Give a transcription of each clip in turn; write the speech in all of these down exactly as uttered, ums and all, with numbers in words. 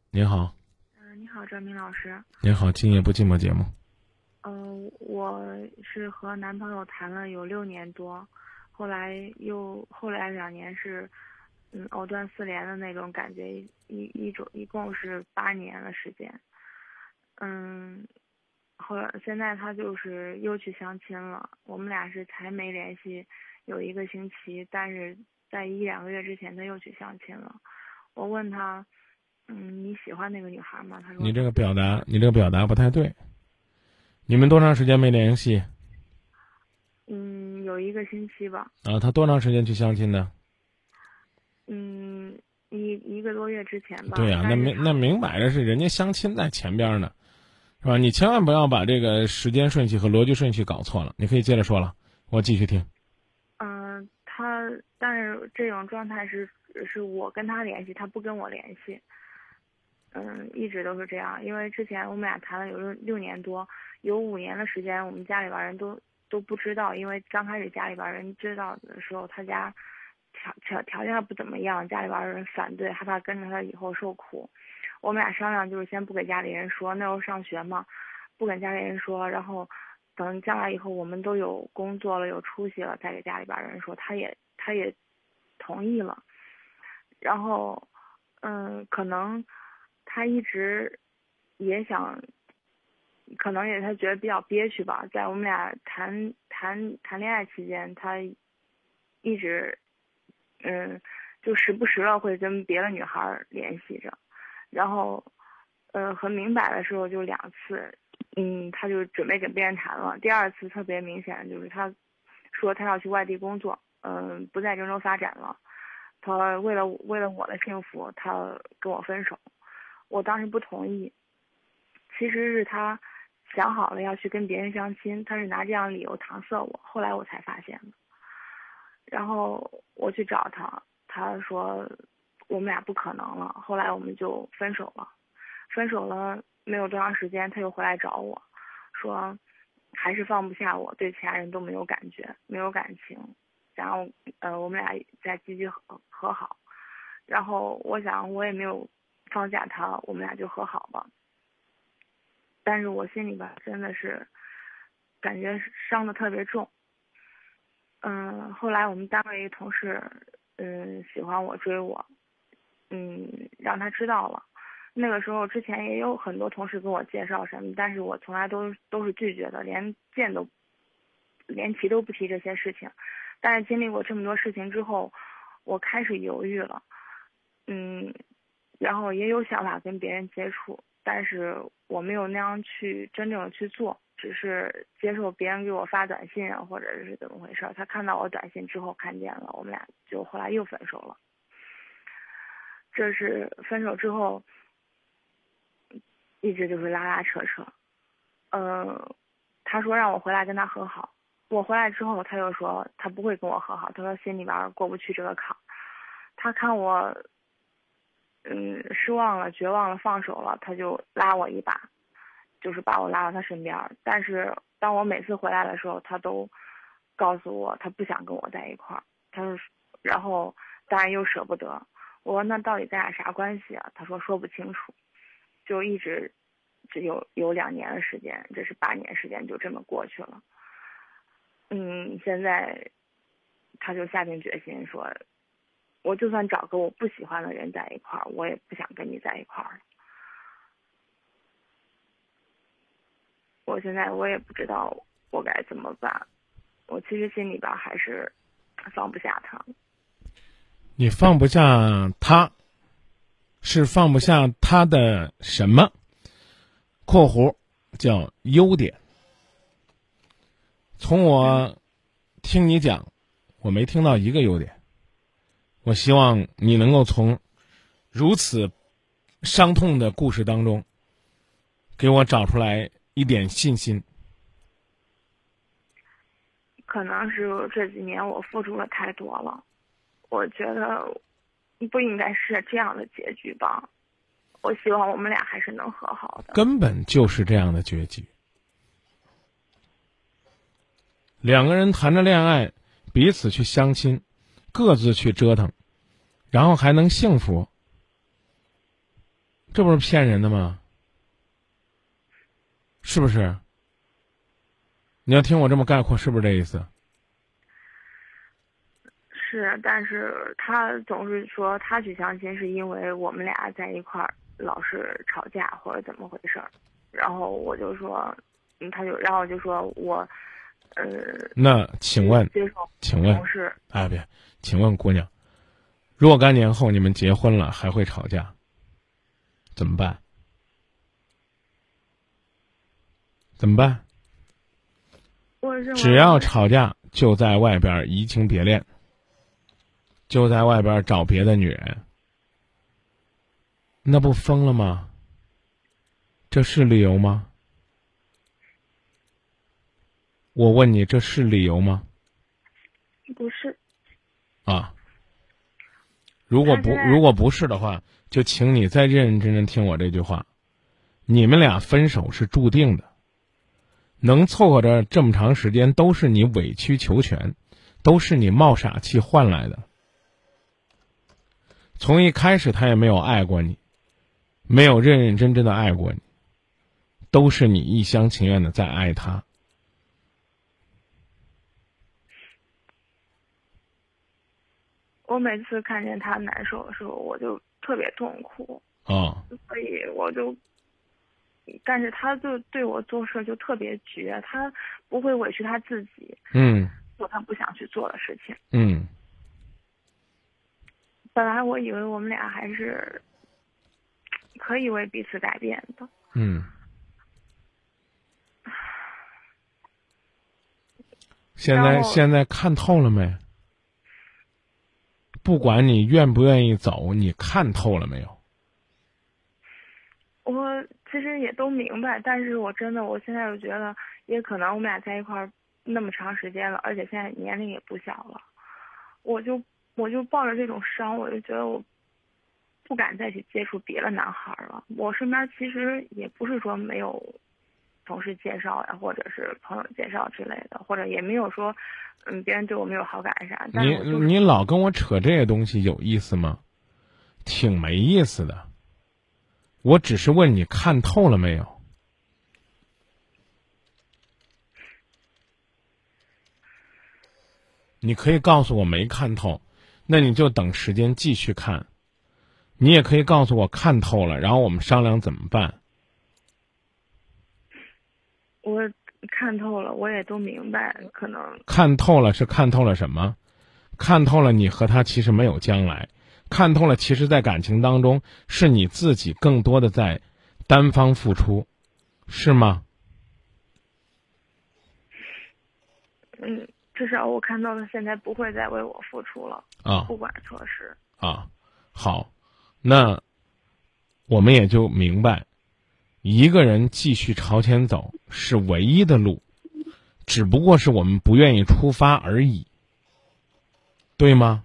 您好。 嗯、呃你好，赵明老师。 您好，今夜不寂寞节目。 呃，我是和男朋友谈了有六年多，后来又后来两年是，嗯，藕断丝连的那种感觉，一一种一共是八年的时间。嗯，后来现在他就是又去相亲了，我们俩是才没联系有一个星期，但是在一两个月之前他又去相亲了。我问他，嗯，你喜欢那个女孩吗？他说你这个他不喜欢。 表达，你这个表达不太对。你们多长时间没联系？ 嗯，有一个星期吧。 啊，他多长时间去相亲的？ 嗯，一一个多月之前吧， 对呀、那明那但是他， 明摆着是人家相亲在前边呢，是吧？你千万不要把这个时间顺序和逻辑顺序搞错了。你可以接着说了，我继续听。 嗯、他，但是这种状态是是我跟他联系，他不跟我联系。嗯，一直都是这样，因为之前我们俩谈了有六六年多，有五年的时间，我们家里边人都都不知道，因为刚开始家里边人知道的时候，他家条条条件还不怎么样，家里边人反对，害怕跟着他以后受苦。我们俩商量就是先不给家里人说，那时候上学嘛，不跟家里人说，然后等将来以后我们都有工作了，有出息了，再给家里边人说。他也他也同意了，然后嗯，可能他一直也想，可能也他觉得比较憋屈吧，在我们俩谈谈谈恋爱期间，他一直嗯，就时不时的会跟别的女孩联系着，然后呃很明摆的时候就两次，嗯，他就准备跟别人谈了。第二次特别明显，就是他说他要去外地工作，嗯，不在郑州发展了。他为了为了我的幸福，他跟我分手。我当时不同意，其实是他想好了要去跟别人相亲，他是拿这样的理由搪塞我，后来我才发现的。然后我去找他，他说我们俩不可能了，后来我们就分手了。分手了没有多长时间，他又回来找我，说还是放不下我，对其他人都没有感觉，没有感情，然后呃我们俩再继续和和好。然后我想我也没有放下他，我们俩就和好吧。但是我心里边真的是感觉伤的特别重。嗯，后来我们单位一同事，嗯，喜欢我追我，嗯，让他知道了。那个时候之前也有很多同事跟我介绍什么，但是我从来都都是拒绝的，连见都连提都不提这些事情。但是经历过这么多事情之后，我开始犹豫了，嗯，然后也有想法跟别人接触，但是我没有那样去真正的去做，只是接受别人给我发短信啊，或者是怎么回事。他看到我短信之后看见了，我们俩就后来又分手了。这是分手之后一直就是拉拉扯扯。呃，他说让我回来跟他和好，我回来之后他又说他不会跟我和好，他说心里边过不去这个坎。他看我嗯失望了、绝望了、放手了，他就拉我一把，就是把我拉到他身边。但是当我每次回来的时候，他都告诉我他不想跟我在一块儿。他说，然后当然又舍不得。我说那到底咱俩啥关系啊？他说说不清楚，就一直只有有两年的时间，这是八年时间就这么过去了。嗯，现在他就下定决心说，我就算找个我不喜欢的人在一块儿，我也不想跟你在一块儿了。我现在我也不知道我该怎么办，我其实心里边还是放不下他。 你放不下他，是放不下他的什么？（括弧叫优点）。从我听你讲，我没听到一个优点。我希望你能够从如此伤痛的故事当中，给我找出来一点信心。 可能是这几年我付出了太多了，我觉得不应该是这样的结局吧。我希望我们俩还是能和好的。 根本就是这样的结局。两个人谈着恋爱，彼此去相亲，各自去折腾，然后还能幸福， 这不是骗人的吗？是不是？你要听我这么概括，是不是这意思？ 是，但是他总是说他去相亲是因为我们俩在一块儿老是吵架或者怎么回事儿，然后我就说，嗯，他就然后就说我，呃， 那请问， 接受请问同事， 哎别，请问姑娘，若干年后你们结婚了还会吵架，怎么办？怎么办？ 我认为只要吵架，就在外边移情别恋，就在外边找别的女人，那不疯了吗？这是理由吗？我问你，这是理由吗？ 不是。 啊，如果不如果不是的话，就请你再认认真真听我这句话，你们俩分手是注定的，能凑合着这么长时间都是你委曲求全，都是你冒傻气换来的。从一开始他也没有爱过你，没有认认真真的爱过你，都是你一厢情愿的在爱他。 我每次看见他难受的时候，我就特别痛苦。 哦， 所以我就，但是他就对我做事就特别绝，他不会委屈他自己， 嗯， 做他不想去做的事情。 嗯， 本来我以为我们俩还是可以为彼此改变的。 嗯，现在现在看透了没？不管你愿不愿意走，你看透了没有？ 我其实也都明白，但是我真的，我现在又觉得，也可能我们俩在一块儿那么长时间了，而且现在年龄也不小了，我就我就抱着这种伤，我就觉得我不敢再去接触别的男孩了。我身边其实也不是说没有同事介绍呀，或者是朋友介绍之类的，或者也没有说，嗯，别人对我没有好感啥。但是我你就是你老跟我扯这些东西有意思吗？挺没意思的。我只是问你看透了没有？你可以告诉我没看透，那你就等时间继续看。你也可以告诉我看透了，然后我们商量怎么办。 我看透了，我也都明白，可能看透了是看透了什么？看透了你和他其实没有将来，看透了其实在感情当中是你自己更多的在单方付出，是吗？ 嗯，至少我看到他现在不会再为我付出了啊， 不管错事啊，好，那我们也就明白，一个人继续朝前走是唯一的路，只不过是我们不愿意出发而已，对吗？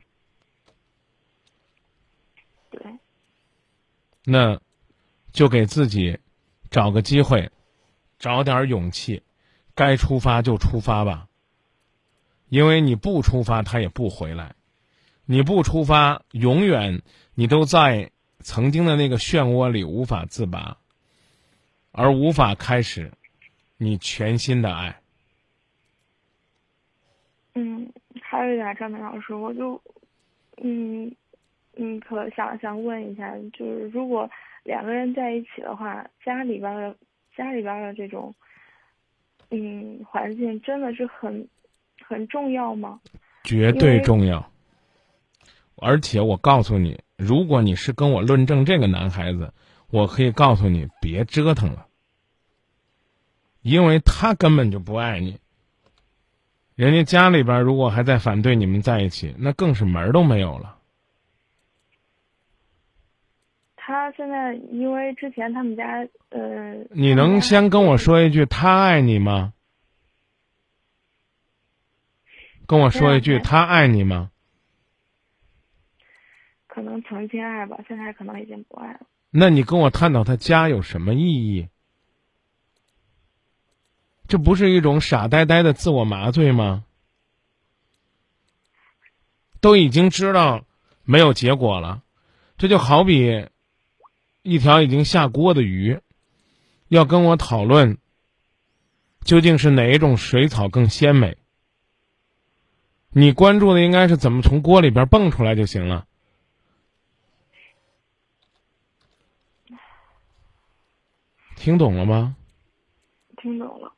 对。 那就给自己找个机会，找点勇气，该出发就出发吧。因为你不出发，他也不回来；你不出发，永远你都在曾经的那个漩涡里无法自拔，而无法开始你全新的爱。 嗯，还有一点，张明老师，我就，嗯，嗯，可想想问一下，就是如果两个人在一起的话，家里边的家里边的这种，嗯，环境真的是很很重要吗？ 绝对重要。而且我告诉你，如果你是跟我论证这个男孩子，我可以告诉你别折腾了，因为他根本就不爱你。人家家里边如果还在反对你们在一起，那更是门儿都没有了。 他现在因为之前他们家，呃， 你能先跟我说一句他爱你吗？跟我说一句他爱你吗？ 可能曾经爱吧，现在可能已经不爱了。 那你跟我探讨他家有什么意义？这不是一种傻呆呆的自我麻醉吗？都已经知道没有结果了，这就好比一条已经下锅的鱼，要跟我讨论究竟是哪一种水草更鲜美。你关注的应该是怎么从锅里边蹦出来就行了。听懂了吗？ 听懂了。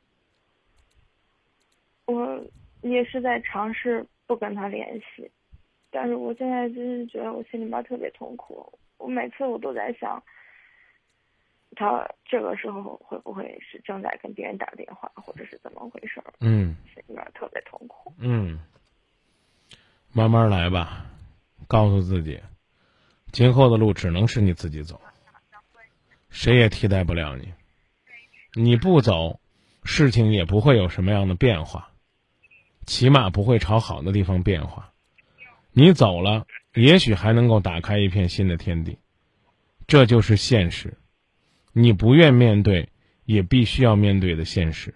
我也是在尝试不跟他联系，但是我现在真是觉得我心里边特别痛苦。我每次我都在想，他这个时候会不会是正在跟别人打电话，或者是怎么回事？ 嗯， 心里边特别痛苦。 嗯，慢慢来吧，告诉自己，今后的路只能是你自己走，谁也替代不了你。你不走，事情也不会有什么样的变化，起码不会朝好的地方变化。你走了，也许还能够打开一片新的天地。这就是现实，你不愿面对，也必须要面对的现实。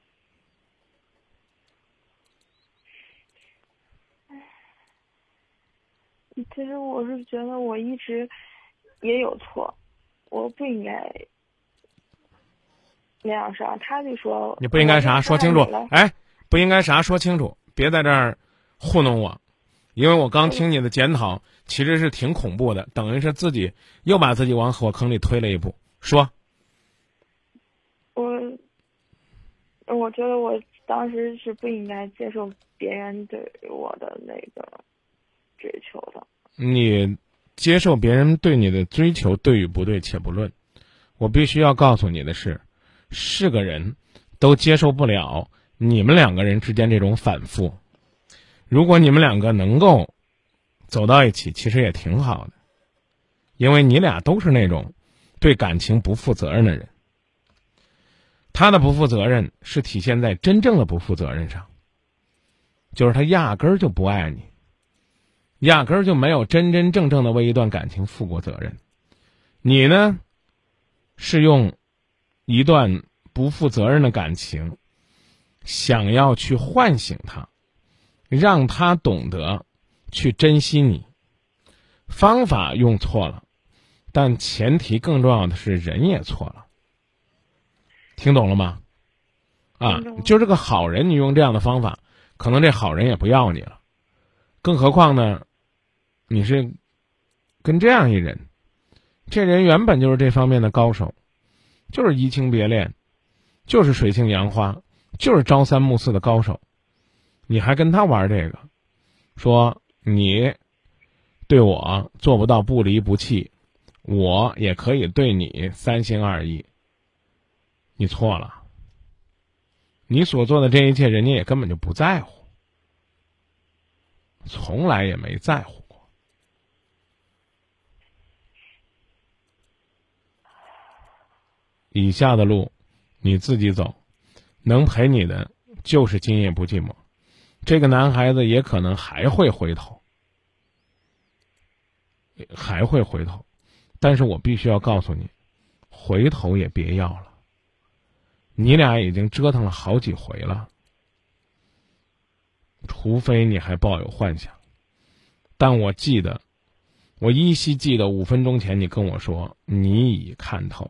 其实我是觉得我一直也有错，我不应该那样啥。他就说你不应该啥，说清楚。哎，不应该啥，说清楚，别在这儿糊弄我。因为我刚听你的检讨，其实是挺恐怖的，等于是自己又把自己往火坑里推了一步。说， 我我觉得我当时是不应该接受别人对我的那个追求的。 你接受别人对你的追求对与不对且不论，我必须要告诉你的是，是个人都接受不了你们两个人之间这种反复。如果你们两个能够走到一起，其实也挺好的，因为你俩都是那种对感情不负责任的人。他的不负责任是体现在真正的不负责任上，就是他压根儿就不爱你，压根儿就没有真真正正的为一段感情负过责任。你呢，是用一段不负责任的感情想要去唤醒他，让他懂得去珍惜你。方法用错了，但前提更重要的是人也错了。听懂了吗？啊，就这个好人，你用这样的方法，可能这好人也不要你了。更何况呢，你是跟这样一人，这人原本就是这方面的高手，就是移情别恋，就是水性杨花，就是朝三暮四的高手。你还跟他玩这个，说你对我做不到不离不弃，我也可以对你三心二意。你错了，你所做的这一切，人家也根本就不在乎，从来也没在乎过。以下的路你自己走，能陪你的就是今夜不寂寞。这个男孩子也可能还会回头，还会回头，但是我必须要告诉你，回头也别要了。你俩已经折腾了好几回了，除非你还抱有幻想。但我记得，我依稀记得五分钟前你跟我说你已看透。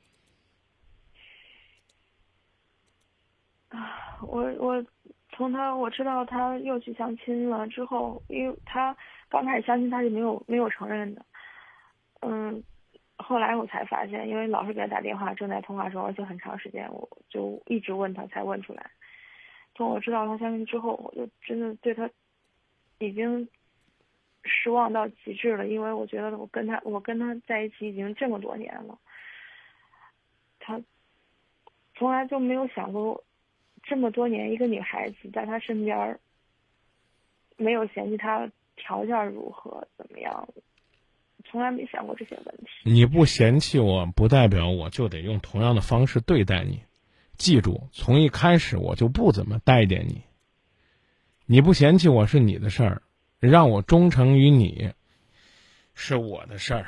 啊，我我从他我知道他又去相亲了之后，因为他刚开始相亲他是没有没有承认的，嗯。后来我才发现，因为老是给他打电话，正在通话中，而且很长时间，我就一直问他，才问出来。从我知道他相亲之后，我就真的对他已经失望到极致了，因为我觉得我跟他，我跟他在一起已经这么多年了，他从来就没有想过，这么多年一个女孩子在他身边，没有嫌弃他条件如何怎么样。从来没想过这些问题。 你不嫌弃我，不代表我就得用同样的方式对待你。记住，从一开始我就不怎么待见你。你不嫌弃我是你的事儿，让我忠诚于你是我的事儿，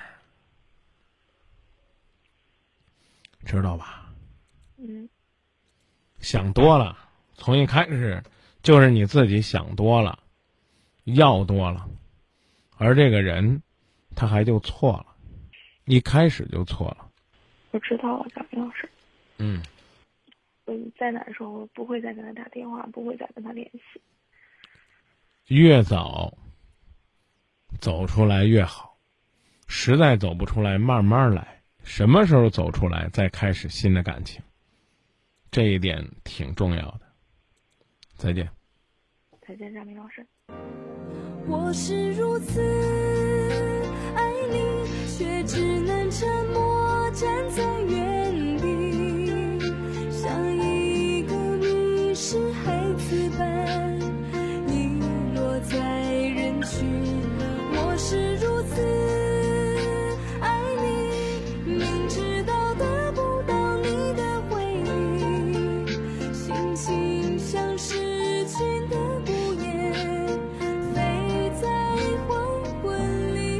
知道吧？ 嗯。 想多了，从一开始就是你自己想多了，要多了，而这个人他还就错了。 一开始就错了。 我知道了，张明老师。 嗯。 嗯，再难受，我不会再跟他打电话，不会再跟他联系。 越早走出来越好，实在走不出来，慢慢来。什么时候走出来，再开始新的感情，这一点挺重要的。再见。 再见，张明老师。 我是如此爱你，却只能沉默站在原地，像一个迷失孩子般遗落在人群。我是如此爱你，明知道得不到你的回应，心情像是群的孤雁，飞在黄昏里。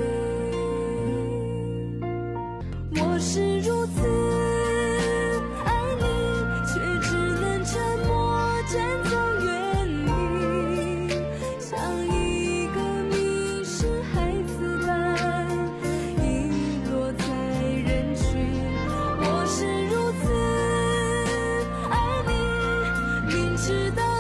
我是如此爱你，却只能沉默站在原地，像一个迷失孩子般遗落在人群。我是如此爱你，明知道